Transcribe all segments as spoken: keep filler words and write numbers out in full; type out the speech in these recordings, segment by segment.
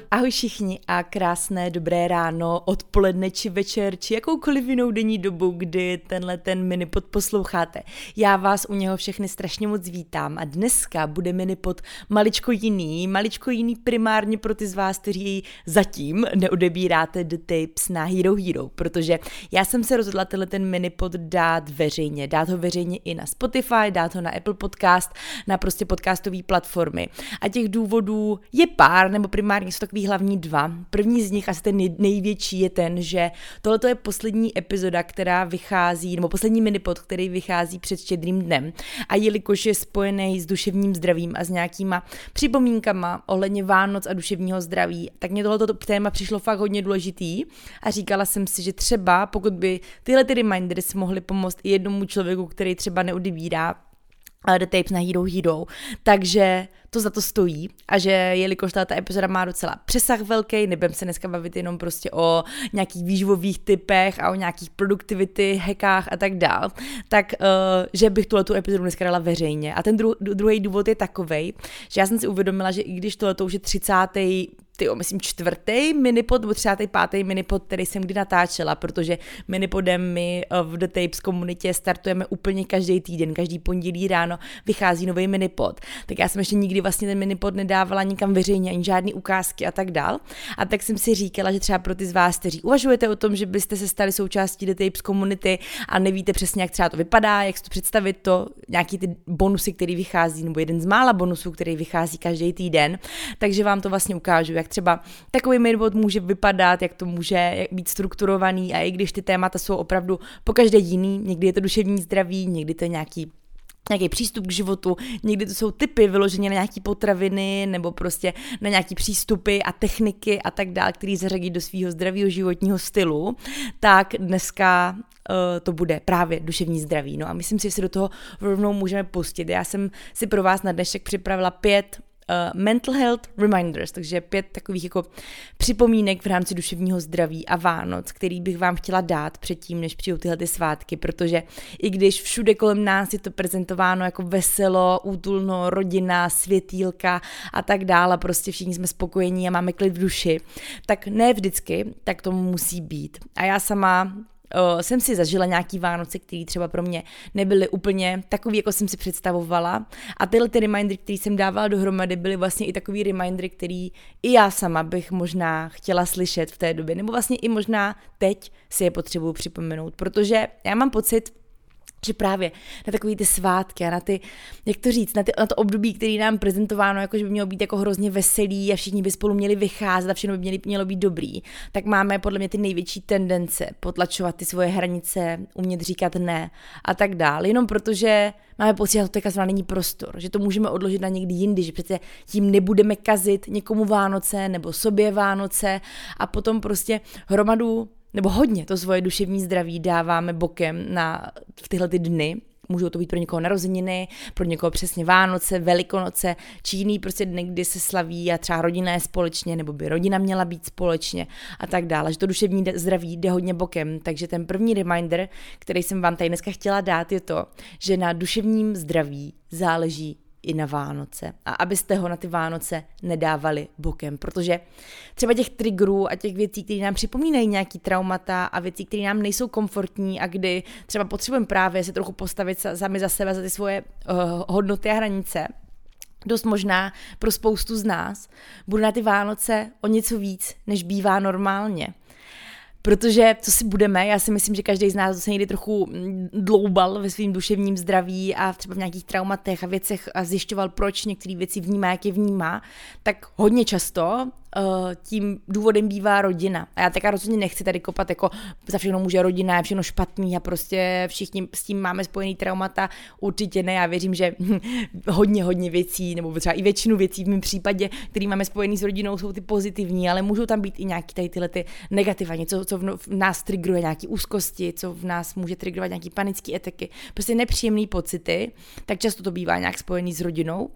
Ahoj všichni a krásné dobré ráno, odpoledne či večer, či jakoukoliv jinou denní dobu, kdy tenhle ten minipod posloucháte. Já vás u něho všechny strašně moc vítám a dneska bude minipod maličko jiný, maličko jiný primárně pro ty z vás, kteří zatím neodebíráte The Tapes na Hero Hero, protože já jsem se rozhodla tenhle ten minipod dát veřejně, dát ho veřejně i na Spotify, dát ho na Apple Podcast, na prostě podcastové platformy. A těch důvodů je pár, nebo primárně jsou takový hlavní dva. První z nich, asi ten největší, je ten, že tohle je poslední epizoda, která vychází, nebo poslední minipod, který vychází před Štědrým dnem. A jelikož je spojený s duševním zdravím a s nějakýma připomínkama ohledně Vánoc a duševního zdraví, tak mě tohleto téma přišlo fakt hodně důležitý a říkala jsem si, že třeba pokud by tyhle ty reminders mohly pomoct i jednomu člověku, který třeba neodebírá The Tapes na Hero Hero, takže to za to stojí a že jelikož tato epizoda má docela přesah velký, nebudem se dneska bavit jenom prostě o nějakých výživových typech a o nějakých productivity, hackách a tak dál, tak uh, že bych tuhletu epizodu dneska dala veřejně. A ten dru- druhý důvod je takovej, že já jsem si uvědomila, že i když tohleto už je třicátý tyjo, myslím čtvrtý minipod, nebo třicátý pátý minipod, který jsem kdy natáčela, protože minipodem my v The Tapes komunitě startujeme úplně každý týden, každý pondělí ráno vychází nový minipod. Tak já jsem ještě nikdy vlastně ten minipod nedávala nikam veřejně, ani žádný ukázky a tak dál. A tak jsem si říkala, že třeba pro ty z vás, kteří uvažujete o tom, že byste se stali součástí The Tapes komunity a nevíte přesně, jak třeba to vypadá, jak si to představit, to nějaký ty bonusy, který vychází, nebo jeden z mála bonusů, který vychází každý týden, takže vám to vlastně ukážu, jak třeba takový minipod může vypadat, jak to může být strukturovaný a i když ty témata jsou opravdu po každé jiný, někdy je to duševní zdraví, někdy to je nějaký nějaký přístup k životu, někdy to jsou typy vyloženě na nějaký potraviny nebo prostě na nějaký přístupy a techniky a tak dál, který zařadí do svého zdravého životního stylu, tak dneska uh, to bude právě duševní zdraví. No a myslím si, že se do toho rovnou můžeme pustit. Já jsem si pro vás na dnešek připravila pět Uh, mental health reminders, takže pět takových jako připomínek v rámci duševního zdraví a Vánoc, který bych vám chtěla dát předtím, než přijdou tyhle ty svátky, protože i když všude kolem nás je to prezentováno jako veselo, útulno, rodina, světýlka a tak dále, prostě všichni jsme spokojení a máme klid v duši, tak ne vždycky, tak tomu musí být. A já sama Uh, jsem si zažila nějaký Vánoce, které třeba pro mě nebyly úplně takový, jako jsem si představovala. A tyhle ty remindry, které jsem dávala dohromady, byly vlastně i takový remindry, který i já sama bych možná chtěla slyšet v té době. Nebo vlastně i možná teď si je potřebuju připomenout, protože já mám pocit, že právě na takový ty svátky a na ty, jak to říct, na, ty, na to období, který nám prezentováno, jako že by mělo být jako hrozně veselý a všichni by spolu měli vycházet a všechno by měli, mělo být dobrý, tak máme podle mě ty největší tendence potlačovat ty svoje hranice, umět říkat ne a tak dál, jenom protože máme pocit, že to teďka není prostor, že to můžeme odložit na někdy jindy, že přece tím nebudeme kazit někomu Vánoce nebo sobě Vánoce a potom prostě hromadu nebo hodně to svoje duševní zdraví dáváme bokem na, v tyhle ty dny. Můžou to být pro někoho narozeniny, pro někoho přesně Vánoce, Velikonoce, či jiný prostě dny, kdy se slaví a třeba rodina je společně, nebo by rodina měla být společně a tak dále. Že to duševní zdraví jde hodně bokem. Takže ten první reminder, který jsem vám tady dneska chtěla dát, je to, že na duševním zdraví záleží i na Vánoce. A abyste ho na ty Vánoce nedávali bokem, protože třeba těch triggerů a těch věcí, které nám připomínají nějaký traumata a věcí, které nám nejsou komfortní a kdy třeba potřebujeme právě se trochu postavit sami za sebe, za ty svoje uh, hodnoty a hranice, dost možná pro spoustu z nás bude na ty Vánoce o něco víc, než bývá normálně. Protože, co si budeme, já si myslím, že každý z nás se někdy trochu dloubal ve svým duševním zdraví a třeba v nějakých traumatech a věcech a zjišťoval, proč některé věci vnímá, jak je vnímá, tak hodně často uh, tím důvodem bývá rodina. A já taká rozhodně nechci tady kopat, jako za všechno může rodina, je všechno špatný a prostě všichni s tím máme spojený traumata. Určitě ne, já věřím, že hodně, hodně věcí, nebo třeba i většinu věcí v mém případě, který máme spojený s rodinou, jsou ty pozitivní, ale můžou tam být i nějaký tady tyhle ty negativa, něco, co v nás triggeruje nějaký úzkosti, co v nás může triggerovat nějaký panický ataky, prostě nepříjemné pocity, tak často to bývá nějak spojený s rodinou.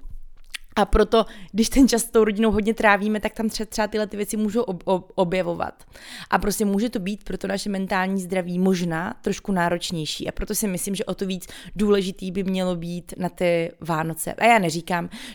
A proto, když ten čas s tou rodinou hodně trávíme, tak tam třeba, třeba tyhle ty věci můžou ob, ob, objevovat. A prostě může to být pro to naše mentální zdraví možná trošku náročnější. A proto si myslím, že o to víc důležitý by mělo být na ty Vánoce. A já neříkám, že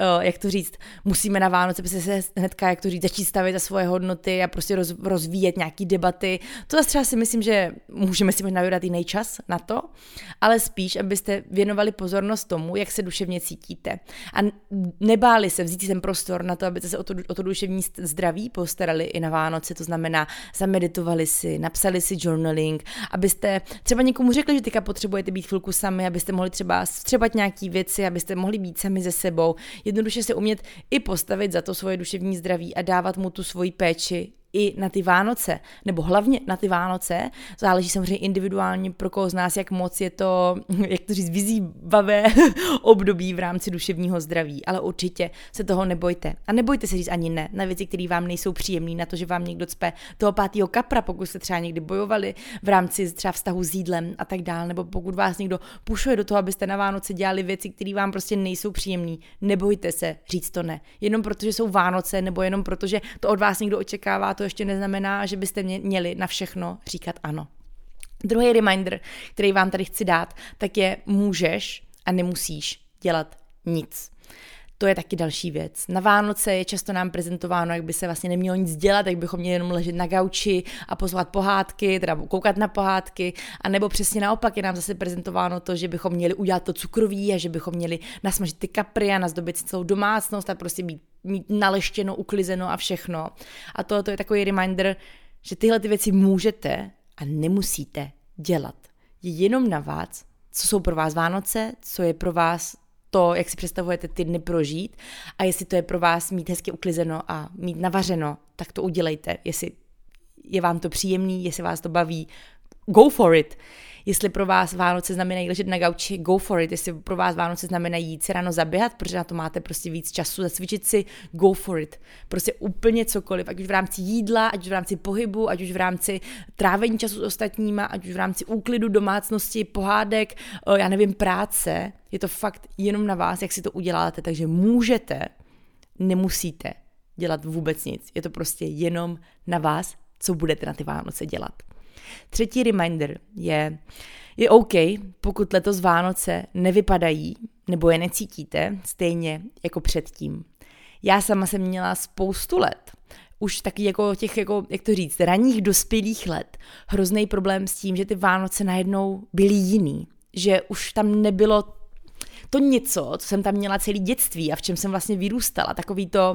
jak to říct, musíme na Vánoce prostě se hnedka, jak to říct, začít stavit za svoje hodnoty a prostě roz, rozvíjet nějaký debaty. To zase třeba si myslím, že můžeme si možná vydat jiný čas na to, ale spíš, abyste věnovali pozornost tomu, jak se duševně cítíte. A nebáli se vzít ten prostor na to, abyste se o to, o to duševní zdraví postarali i na Vánoce, to znamená zameditovali si, napsali si journaling, abyste třeba někomu řekli, že teďka potřebujete být chvilku sami, abyste mohli třeba vstřebat nějaký věci, abyste mohli být sami ze sebou, jednoduše se umět i postavit za to svoje duševní zdraví a dávat mu tu svoji péči i na ty Vánoce, nebo hlavně na ty Vánoce, záleží samozřejmě individuálně pro koho z nás, jak moc je to, jak to říct, vyzývavé období v rámci duševního zdraví, ale určitě se toho nebojte. A nebojte se říct ani ne na věci, které vám nejsou příjemné, na to, že vám někdo cpe toho pátého kapra, pokud jste třeba někdy bojovali v rámci třeba vztahu s jídlem a tak dále, nebo pokud vás někdo pušuje do toho, abyste na Vánoce dělali věci, které vám prostě nejsou příjemné, nebojte se říct to ne. Jenom protože jsou Vánoce, nebo jenom protože to od vás někdo očekává, to ještě neznamená, že byste měli na všechno říkat ano. Druhý reminder, který vám tady chci dát, tak je můžeš a nemusíš dělat nic. To je taky další věc. Na Vánoce je často nám prezentováno, jak by se vlastně nemělo nic dělat, jak bychom měli jenom ležet na gauči a pozvat pohádky, teda koukat na pohádky, a nebo přesně naopak je nám zase prezentováno to, že bychom měli udělat to cukroví a že bychom měli nasmažit ty kapry a nazdobit si celou domácnost a prostě být, mít naleštěno, uklizeno a všechno. A to, to je takový reminder, že tyhle ty věci můžete a nemusíte dělat. Je jenom na vás, co jsou pro vás Vánoce, co je pro vás to, jak si představujete ty dny prožít, a jestli to je pro vás mít hezky uklizeno a mít navařeno, tak to udělejte. Jestli je vám to příjemný, jestli vás to baví, go for it. Jestli pro vás Vánoce znamenají ležet na gauči, go for it. Jestli pro vás Vánoce znamenají jít se ráno zaběhat, protože na to máte prostě víc času, zacvičit si, go for it. Prostě úplně cokoliv, ať už v rámci jídla, ať už v rámci pohybu, ať už v rámci trávení času s ostatníma, ať už v rámci úklidu domácnosti, pohádek, já nevím, práce. Je to fakt jenom na vás, jak si to uděláte, takže můžete, nemusíte dělat vůbec nic. Je to prostě jenom na vás, co budete na ty Vánoce dělat. Třetí reminder je, je OK, pokud letos Vánoce nevypadají nebo je necítíte stejně jako předtím. Já sama jsem měla spoustu let, už taky jako těch, jako, jak to říct, ranních dospělých let, hrozný problém s tím, že ty Vánoce najednou byly jiný, že už tam nebylo to něco, co jsem tam měla celý dětství a v čem jsem vlastně vyrůstala, takový to,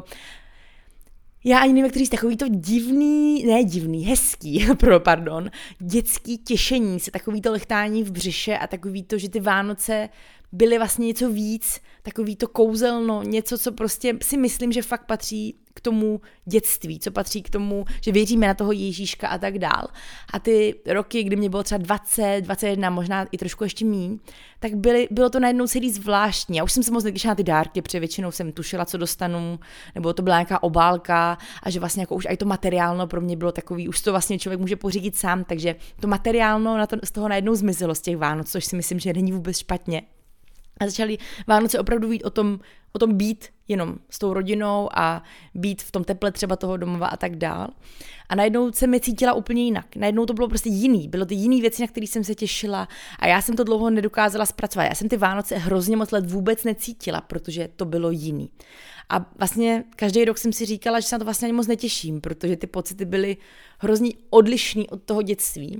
já ani nevím, jak to říct, takový to divný, ne divný, hezký, pro, pardon, dětský těšení se, takový to lechtání v břiše a takový to, že ty Vánoce byly vlastně něco víc, takový to kouzelno, něco, co prostě si myslím, že fakt patří k tomu dětství, co patří k tomu, že věříme na toho Ježíška a tak dál. A ty roky, kdy mě bylo třeba dvacet, dvacet jedna, možná i trošku ještě míň, tak byly, bylo to najednou celý zvláštní. Já už jsem se moc netěšila na ty dárky, protože většinou jsem tušila, co dostanu, nebo to byla nějaká obálka a že vlastně jako už i to materiálno pro mě bylo takový, už to vlastně člověk může pořídit sám, takže to materiálno na to, z toho najednou zmizelo z těch Vánoc, což si myslím, že není vůbec špatně. A začaly Vánoce opravdu být o tom, o tom být jenom s tou rodinou a být v tom teple třeba toho domova a tak dál. A najednou jsem mi cítila úplně jinak. Najednou to bylo prostě jiný. Bylo to jiný věci, na které jsem se těšila a já jsem to dlouho nedokázala zpracovat. Já jsem ty Vánoce hrozně moc let vůbec necítila, protože to bylo jiný. A vlastně každý rok jsem si říkala, že se na to vlastně ani moc netěším, protože ty pocity byly hrozně odlišný od toho dětství.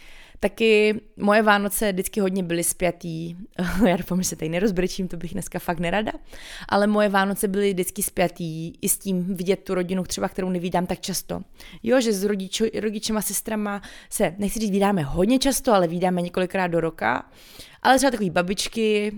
Taky moje Vánoce vždycky hodně byly spjatý, já doufám, že se tady nerozbrečím, to bych dneska fakt nerada, ale moje Vánoce byly vždycky spjatý i s tím vidět tu rodinu, třeba kterou nevídám tak často. Jo, že s rodičo, rodičema, sestrama se, nechci říct, vídáme hodně často, ale vídáme několikrát do roka, ale třeba takový babičky,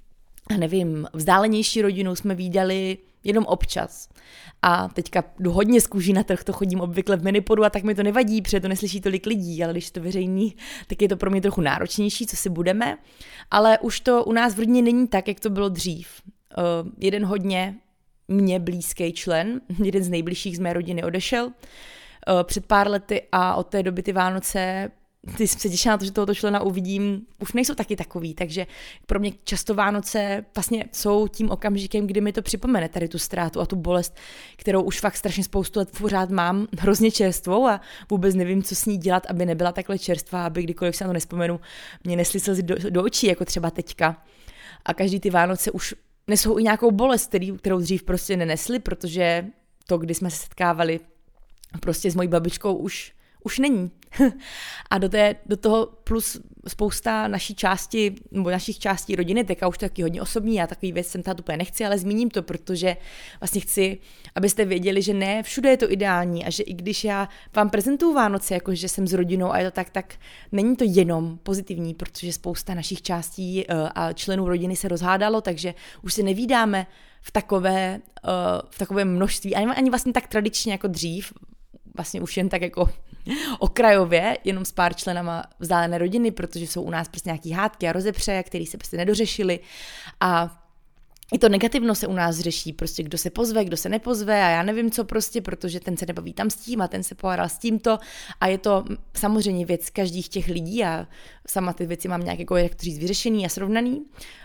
nevím, vzdálenější rodinu jsme vídali jenom občas. A teďka jdu hodně z kůží na trh, to chodím obvykle v minipodu a tak mi to nevadí, protože to neslyší tolik lidí, ale když je to veřejný, tak je to pro mě trochu náročnější, co si budeme. Ale už to u nás v rodině není tak, jak to bylo dřív. Uh, jeden hodně mě blízký člen, jeden z nejbližších z mé rodiny odešel uh, před pár lety a od té doby ty Vánoce, ty jsem se těšila na to, že tohoto člena uvidím, už nejsou taky takový, takže pro mě často Vánoce vlastně jsou tím okamžikem, kdy mi to připomene tady tu ztrátu a tu bolest, kterou už fakt strašně spoustu let pořád mám, hrozně čerstvou a vůbec nevím, co s ní dělat, aby nebyla takhle čerstvá, aby kdykoliv se na to nespomenu, mě nesly slzy do, do očí, jako třeba teďka. A každý ty Vánoce už nesou i nějakou bolest, kterou dřív prostě nenesli, protože to, kdy jsme se setkávali prostě s mojí babičkou, už, už není. A do, té, do toho plus spousta naší části, nebo našich částí rodiny, teďka už to taky hodně osobní, já takový věc jsem tady úplně nechci, ale zmíním to, protože vlastně chci, abyste věděli, že ne všude je to ideální a že i když já vám prezentuju Vánoce, jako že jsem s rodinou a je to tak, tak není to jenom pozitivní, protože spousta našich částí a členů rodiny se rozhádalo, takže už se nevídáme v takové, v takové množství, ani, ani vlastně tak tradičně jako dřív, vlastně už jen tak jako okrajově, jenom s pár členama vzdálené rodiny, protože jsou u nás prostě nějaký hádky a rozepře, který se prostě nedořešili a i to negativno se u nás řeší, prostě kdo se pozve, kdo se nepozve a já nevím co prostě, protože ten se nebaví tam s tím a ten se pohádal s tímto a je to samozřejmě věc každých těch lidí a sama ty věci mám nějak jako, jak to říct, vyřešený a srovnaný,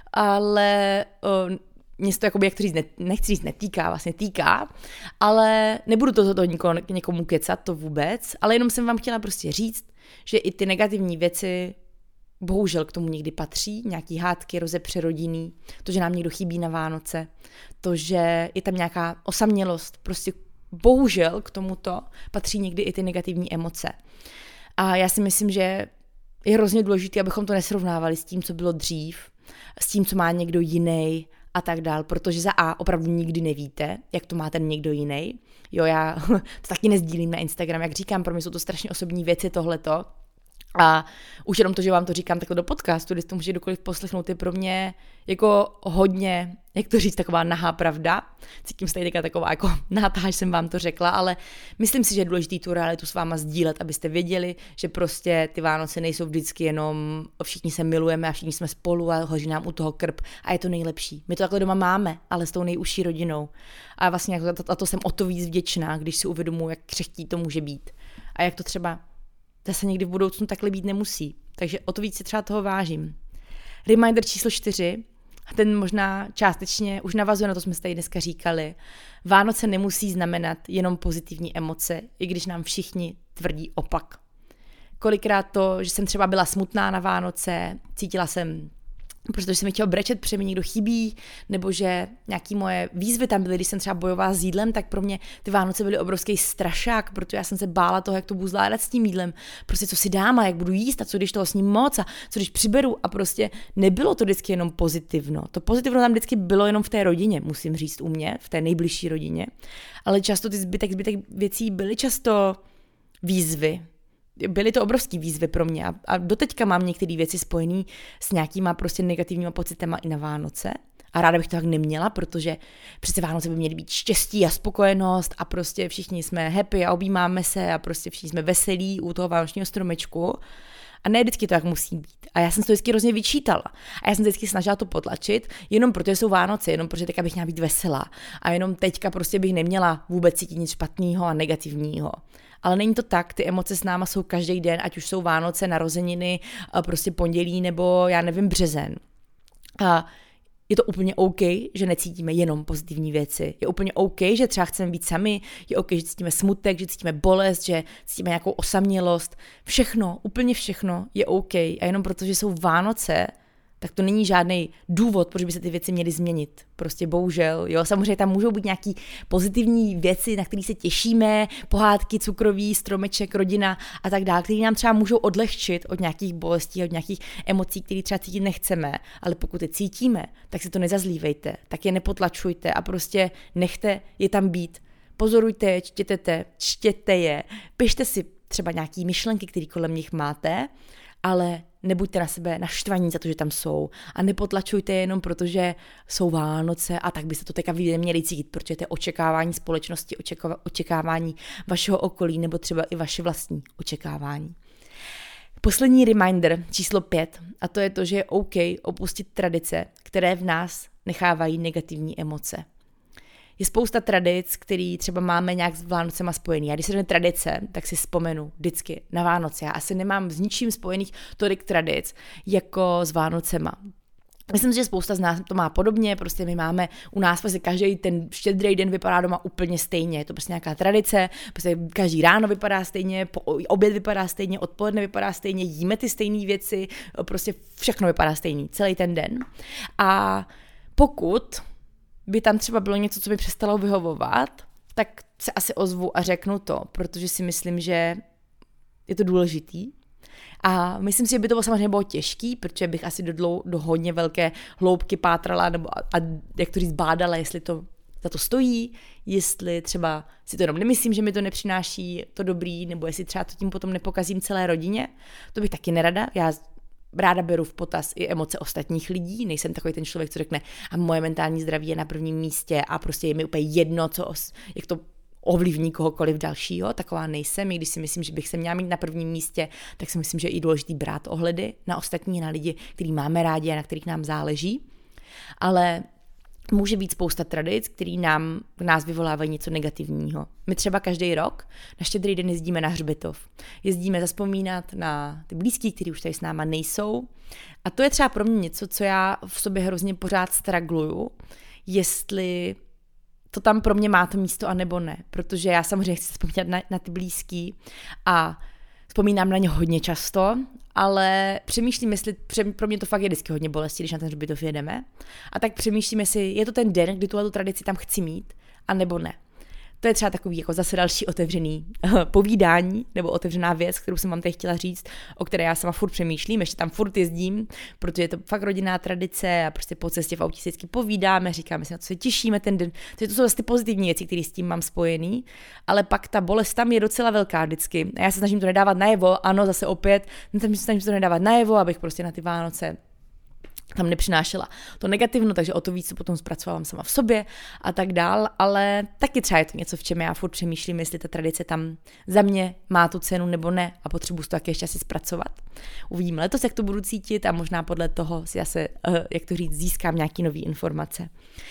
ale uh, mě se to jakoby, jak to říct, ne, nechci říct netýká, vlastně týká, ale nebudu to, to, to nikomu, někomu kecat, to vůbec, ale jenom jsem vám chtěla prostě říct, že i ty negativní věci bohužel k tomu někdy patří, nějaký hádky, rozepře rodinný, to, že nám někdo chybí na Vánoce, to, že je tam nějaká osamělost, prostě bohužel k tomuto patří někdy i ty negativní emoce. A já si myslím, že je hrozně důležité, abychom to nesrovnávali s tím, co bylo dřív, s tím, co má někdo jiný, a tak dál, protože za A opravdu nikdy nevíte, jak to má ten někdo jiný. Jo, já to taky nezdílím na Instagram, jak říkám, pro mě jsou to strašně osobní věci tohleto. A už jenom to, že vám to říkám takhle do podcastu, kde to může kdokoliv poslechnout, je pro mě jako hodně, jak to říct, taková nahá pravda. Cítím se tady taková jako nahá, že jsem vám to řekla, ale myslím si, že je důležité tu realitu s váma sdílet, abyste věděli, že prostě ty Vánoce nejsou vždycky jenom všichni se milujeme a všichni jsme spolu a hoří nám u toho krb a je to nejlepší. My to takhle doma máme, ale s tou nejužší rodinou. A vlastně jako to, to jsem o to víc vděčná, když si uvědomuji, jak křehký to může být. A jak to třeba zase někdy v budoucnu takhle být nemusí. Takže o to víc si třeba toho vážím. Reminder číslo čtyři, a ten možná částečně už navazuje na to, jsme si tady dneska říkali. Vánoce nemusí znamenat jenom pozitivní emoce, i když nám všichni tvrdí opak. Kolikrát to, že jsem třeba byla smutná na Vánoce, cítila jsem, protože jsem mi chtěla brečet, protože mi někdo chybí, nebo že nějaký moje výzvy tam byly, když jsem třeba bojovala s jídlem, tak pro mě ty Vánoce byly obrovský strašák, protože já jsem se bála toho, jak to budu zvládat s tím jídlem, prostě co si dám a jak budu jíst a co když toho sním moc a co když přiberu a prostě nebylo to vždycky jenom pozitivno. To pozitivno tam vždycky bylo jenom v té rodině, musím říct u mě, v té nejbližší rodině, ale často ty zbytek, zbytek věcí byly často výzvy. Byly to obrovský výzvy pro mě a, a doteďka mám některé věci spojené s nějakýma prostě negativníma pocitama i na Vánoce a ráda bych to tak neměla, protože přece Vánoce by měly být štěstí a spokojenost a prostě všichni jsme happy a objímáme se a prostě všichni jsme veselí u toho vánočního stromečku a ne vždycky to tak musí být. A já jsem to vždycky hrozně vyčítala a já jsem se vždycky snažila to potlačit, jenom protože jsou Vánoce, jenom protože teďka bych měla být veselá a jenom teďka prostě bych neměla vůbec cítit nic špatného a negativního. Ale není to tak, ty emoce s náma jsou každý den, ať už jsou Vánoce, narozeniny, prostě pondělí nebo já nevím, březen. A je to úplně OK, že necítíme jenom pozitivní věci. Je úplně OK, že třeba chceme být sami, je OK, že cítíme smutek, že cítíme bolest, že cítíme nějakou osamělost. Všechno, úplně všechno je OK. A jenom protože jsou Vánoce, tak to není žádný důvod, proč by se ty věci měly změnit. Prostě bohužel, jo, samozřejmě tam můžou být nějaký pozitivní věci, na které se těšíme, pohádky, cukroví, stromeček, rodina a tak dále, které nám třeba můžou odlehčit od nějakých bolestí, od nějakých emocí, které třeba cítit nechceme, ale pokud je cítíme, tak si to nezazlívejte, tak je nepotlačujte a prostě nechte je tam být. Pozorujte je, čtěte, te, čtěte je, pište si třeba nějaký myšlenky, které kolem nich máte, ale nebuďte na sebe naštvaní za to, že tam jsou a nepotlačujte je jenom proto, že jsou Vánoce a tak byste to teďka vy měli cítit, protože to je očekávání společnosti, očekávání vašeho okolí nebo třeba i vaše vlastní očekávání. Poslední reminder číslo pět a to je to, že je OK opustit tradice, které v nás nechávají negativní emoce. Je spousta tradic, který třeba máme nějak s Vánocema spojený. A když se řekne tradice, tak si vzpomenu vždycky na Vánoce. Já asi nemám s ničím spojených tolik tradic jako s Vánocema. Myslím si, že spousta z nás to má podobně, prostě my máme u nás prostě každý ten štědrý den vypadá doma úplně stejně, je to prostě nějaká tradice, prostě každý ráno vypadá stejně, oběd vypadá stejně, odpoledne vypadá stejně, jíme ty stejné věci, prostě všechno vypadá stejný, celý ten den. A pokud by tam třeba bylo něco, co mi přestalo vyhovovat, tak se asi ozvu a řeknu to, protože si myslím, že je to důležitý. A myslím si, že by to bylo samozřejmě bylo těžký, protože bych asi do, dlou, do hodně velké hloubky pátrala, nebo a, a jak to říct, bádala, jestli to za to stojí, jestli třeba si to jenom nemyslím, že mi to nepřináší to dobrý, nebo jestli třeba to tím potom nepokazím celé rodině. To bych taky nerada. Já ráda beru v potaz i emoce ostatních lidí, nejsem takový ten člověk, co řekne a moje mentální zdraví je na prvním místě a prostě je mi úplně jedno, co, jak to ovlivní kohokoliv dalšího, taková nejsem, i když si myslím, že bych se měla mít na prvním místě, tak si myslím, že je i důležitý brát ohledy na ostatní, na lidi, který máme rádi a na kterých nám záleží, ale může být spousta tradic, který nám, v nás vyvolávají něco negativního. My třeba každý rok na Štědrý den jezdíme na hřbitov. Jezdíme zazpomínat na ty blízký, kteří už tady s náma nejsou. A to je třeba pro mě něco, co já v sobě hrozně pořád stragluju, jestli to tam pro mě má to místo a nebo ne. Protože já samozřejmě chci vzpomínat na, na ty blízký a vzpomínám na ně hodně často, ale přemýšlím, jestli pro mě to fakt je vždycky hodně bolesti, když na ten hřbitov jedeme. A tak přemýšlím, jestli je to ten den, kdy tuhle tradici tam chci mít, a nebo ne. To je třeba takový jako zase další otevřený povídání nebo otevřená věc, kterou jsem vám tady chtěla říct, o které já sama furt přemýšlím, ještě tam furt jezdím, protože je to fakt rodinná tradice a prostě po cestě v autě si vždycky povídáme, říkáme si, na co se těšíme ten den. To jsou zase ty pozitivní věci, které s tím mám spojený, ale pak ta bolest tam je docela velká vždycky. A já se snažím to nedávat najevo, ano, zase opět, snažím se to nedávat najevo, abych prostě na ty Vánoce tam nepřinášela to negativno, takže o to víc se potom zpracovávám sama v sobě a tak dál, ale taky třeba je to něco, v čem já furt přemýšlím, jestli ta tradice tam za mě má tu cenu nebo ne a potřebuji to taky ještě asi zpracovat. Uvidíme letos, jak to budu cítit a možná podle toho si zase, jak to říct, získám nějaký nový informace.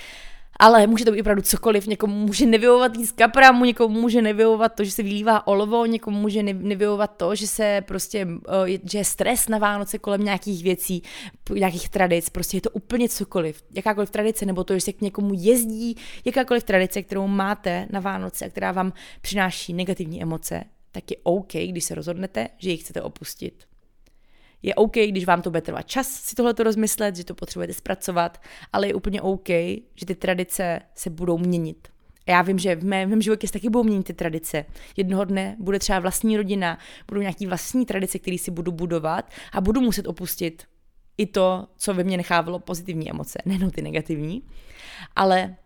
Ale může to být opravdu cokoliv, někomu může nevyhovovat jíst kapramu, někomu může nevyhovovat to, že se vylívá olovo, někomu může nevyhovovat to, že se prostě, že je stres na Vánoce kolem nějakých věcí, nějakých tradic, prostě je to úplně cokoliv. Jakákoliv tradice, nebo to, že se k někomu jezdí, jakákoliv tradice, kterou máte na Vánoce a která vám přináší negativní emoce, tak je OK, když se rozhodnete, že ji chcete opustit. Je OK, když vám to bude trvat čas si tohleto rozmyslet, že to potřebujete zpracovat, ale je úplně OK, že ty tradice se budou měnit. A já vím, že v mém, v mém životě se taky budou měnit ty tradice. Jednoho dne bude třeba vlastní rodina, budou nějaký vlastní tradice, které si budu budovat a budu muset opustit i to, co ve mně nechávalo pozitivní emoce, nejenom ty negativní. Ale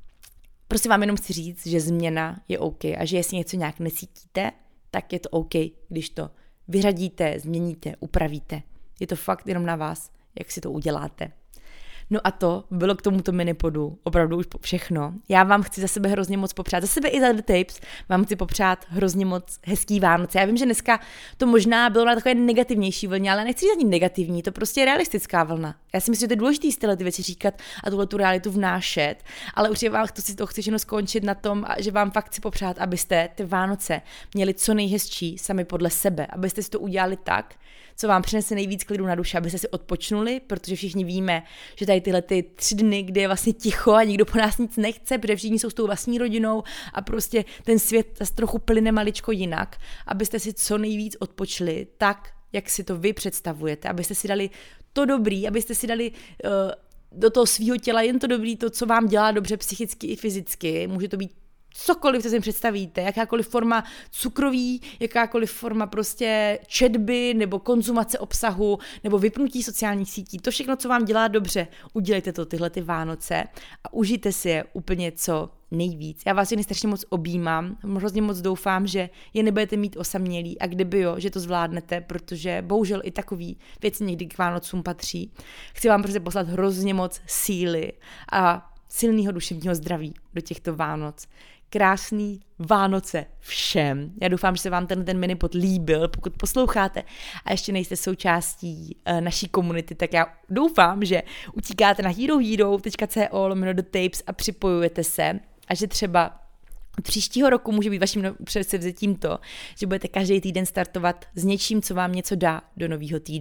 prostě vám jenom chci říct, že změna je OK a že jestli něco nějak necítíte, tak je to OK, když to vyřadíte, změníte, upravíte. Je to fakt jenom na vás, jak si to uděláte. No a to bylo k tomuto minipodu opravdu už všechno. Já vám chci za sebe hrozně moc popřát, za sebe i za The Tapes vám chci popřát hrozně moc hezký Vánoce. Já vím, že dneska to možná bylo na takové negativnější vlně, ale nechci říct ani negativní, to prostě je realistická vlna. Já si myslím, že to je důležité z tyhle ty věci říkat a tuhle tu realitu vnášet, ale určitě vám chci to chci jenom skončit na tom, že vám fakt chci popřát, abyste ty Vánoce měli co nejhezčí sami podle sebe, abyste si to udělali tak, co vám přinese nejvíc klidu na duši, abyste si odpočnuli, protože všichni víme, že tady tyhle ty tři dny, kdy je vlastně ticho a nikdo po nás nic nechce, protože všichni jsou s tou vlastní rodinou a prostě ten svět zase trochu plyne maličko jinak, abyste si co nejvíc odpočili tak, jak si to vy představujete, abyste si dali to dobrý, abyste si dali uh, do toho svýho těla jen to dobrý, to, co vám dělá dobře psychicky i fyzicky, může to být cokoliv, co si představíte, jakákoliv forma cukroví, jakákoliv forma prostě četby nebo konzumace obsahu nebo vypnutí sociálních sítí, to všechno, co vám dělá dobře, udělejte to tyhle ty Vánoce a užijte si je úplně co nejvíc. Já vás jen strašně moc objímám, hrozně moc doufám, že je nebudete mít osamělí a kdyby jo, že to zvládnete, protože bohužel i takový věci někdy k Vánocům patří. Chci vám prostě poslat hrozně moc síly a silného duševního zdraví do těchto Vánoc. Krásný Vánoce všem. Já doufám, že se vám ten, ten minipod líbil, pokud posloucháte a ještě nejste součástí uh, naší komunity, tak já doufám, že utíkáte na herohero tečka co lomeno The Tapes a připojujete se a že třeba od příštího roku může být vaším předsevzetím to, že budete každý týden startovat s něčím, co vám něco dá do nového týdne.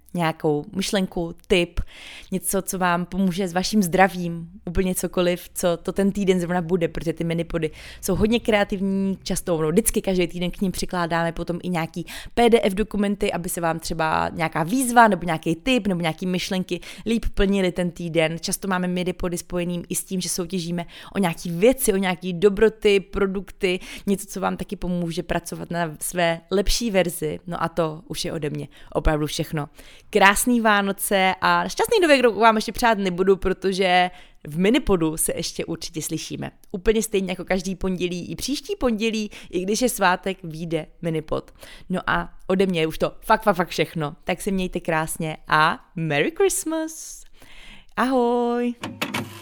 nějakou myšlenku, tip, něco, co vám pomůže s vaším zdravím, úplně cokoliv, co to ten týden zrovna bude, protože ty minipody jsou hodně kreativní, často, no vždycky každý týden k ním přikládáme potom i nějaký P D F dokumenty, aby se vám třeba nějaká výzva nebo nějaký tip nebo nějaký myšlenky líp plnily ten týden. Často máme minipody spojeným i s tím, že soutěžíme o nějaký věci, o nějaký dobroty, produkty, něco, co vám taky pomůže pracovat na své lepší verzi. No a to už je ode mě opravdu všechno. Krásný Vánoce a šťastný nový rok vám ještě přát nebudu, protože v minipodu se ještě určitě slyšíme. Úplně stejně jako každý pondělí i příští pondělí, i když je svátek, vyjde minipod. No a ode mě je už to fakt, fakt, fakt všechno. Tak si mějte krásně a Merry Christmas! Ahoj!